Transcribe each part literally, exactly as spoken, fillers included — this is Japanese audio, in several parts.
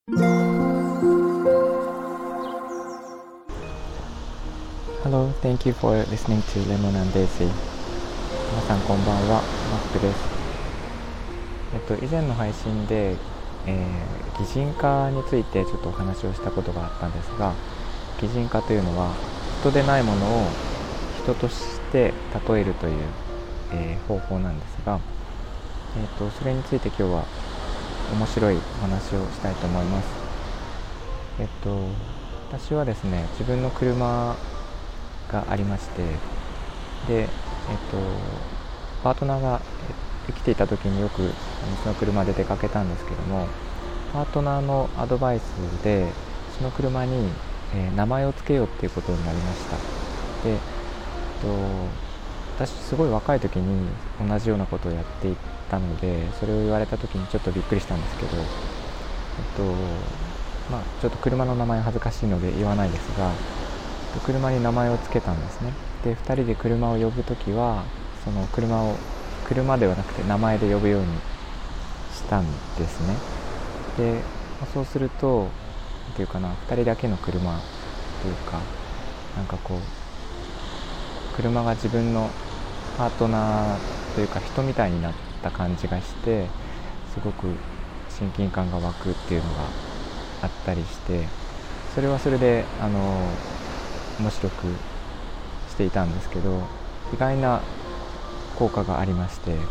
Hello, thank you for listening to Lemon and Daisy. 皆さんこんばんは、マックです。えっと、以前の配信で、えー、擬人化についてちょっとお話をしたことがあったんですが、擬人化というのは人でないものを人として例えるという、えー、方法なんですが、えっと、それについて今日は面白いお話をしたいと思います。えっと、私はですね、自分の車がありまして、で、えっと、パートナーが生きていた時によくその車で出かけたんですけども、パートナーのアドバイスでその車に、えー、名前を付けようっていうことになりました。で、えっと、私すごい若い時に同じようなことをやっていたので、それを言われた時にちょっとびっくりしたんですけど、えっとまあ、ちょっと車の名前恥ずかしいので言わないですが、車に名前を付けたんですね。で、ふたりで車を呼ぶときはその車を車ではなくて名前で呼ぶようにしたんですね。で、まあ、そうするとなんていうかな、ふたりだけの車というか、なんかこう車が自分のパートナーというか人みたいになった感じがして、すごく親近感が湧くっていうのがあったりして、それはそれであの面白くしていたんですけど、意外な効果がありまして、あの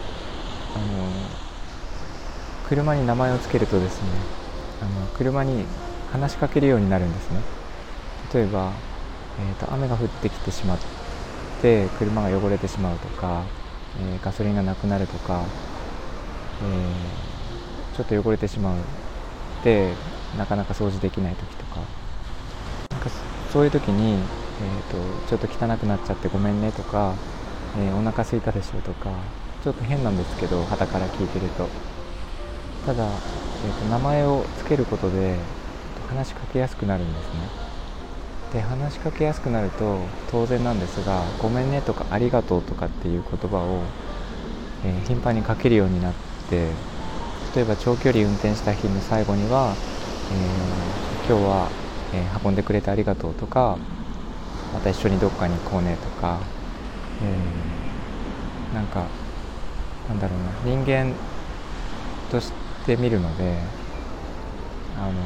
車に名前を付けるとですね、あの車に話しかけるようになるんですね。例えば、えーと、雨が降ってきてしまって車が汚れてしまうとか、えー、ガソリンがなくなるとか、えー、ちょっと汚れてしまうでなかなか掃除できない時とか、なんかそういう時に、えーと、ちょっと汚くなっちゃってごめんねとか、えー、お腹空いたでしょとか、ちょっと変なんですけど傍から聞いてると、ただ、えーと、名前を付けることで話しかけやすくなるんですね。で、話しかけやすくなると当然なんですが、ごめんねとかありがとうとかっていう言葉を、えー、頻繁にかけるようになって、例えば長距離運転した日の最後には、えー、今日は、えー、運んでくれてありがとうとか、また一緒にどっかに行こうねとか、えー、なんかなんだろうな、人間として見るので、あの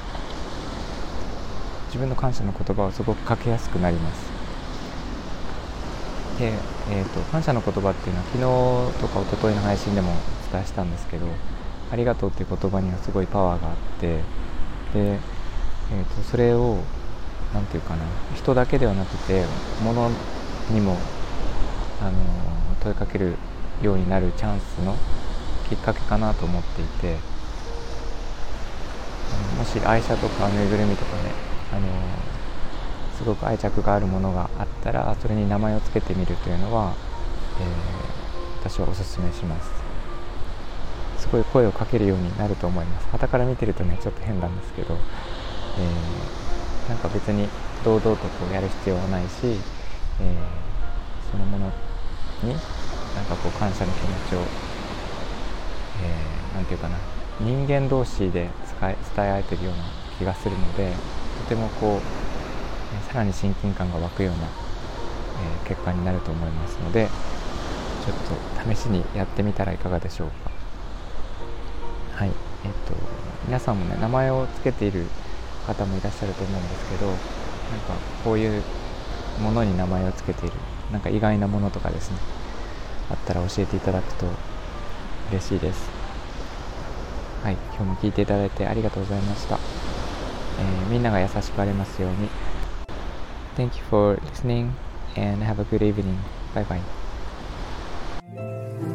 自分の感謝の言葉をすごくかけやすくなります。で、えーと、感謝の言葉っていうのは昨日とか一昨日の配信でもお伝えしたんですけど、ありがとうっていう言葉にはすごいパワーがあって、で、えーと、それをなんていうかな、人だけではなくて物にもあの問いかけるようになるチャンスのきっかけかなと思っていて、もし愛車とかぬいぐるみとかね、あのすごく愛着があるものがあったら、それに名前を付けてみるというのは、えー、私はおすすめします。すごい声をかけるようになると思います。傍から見てるとね、ちょっと変なんですけど、えー、なんか別に堂々とこうやる必要はないし、えー、そのものになんかこう感謝の気持ちを、えー、なんていうかな、人間同士で伝え合えているような気がするので、とてもこうさらに親近感が湧くような、えー、結果になると思いますので、ちょっと試しにやってみたらいかがでしょうか。はい、えっと皆さんもね、名前を付けている方もいらっしゃると思うんですけど、なんかこういうものに名前を付けている、なんか意外なものとかですね、あったら教えていただくと嬉しいです。はい、今日も聞いていただいてありがとうございました。えー、みんなが優しくありますように。 Thank you for listening and have a good evening. Bye bye.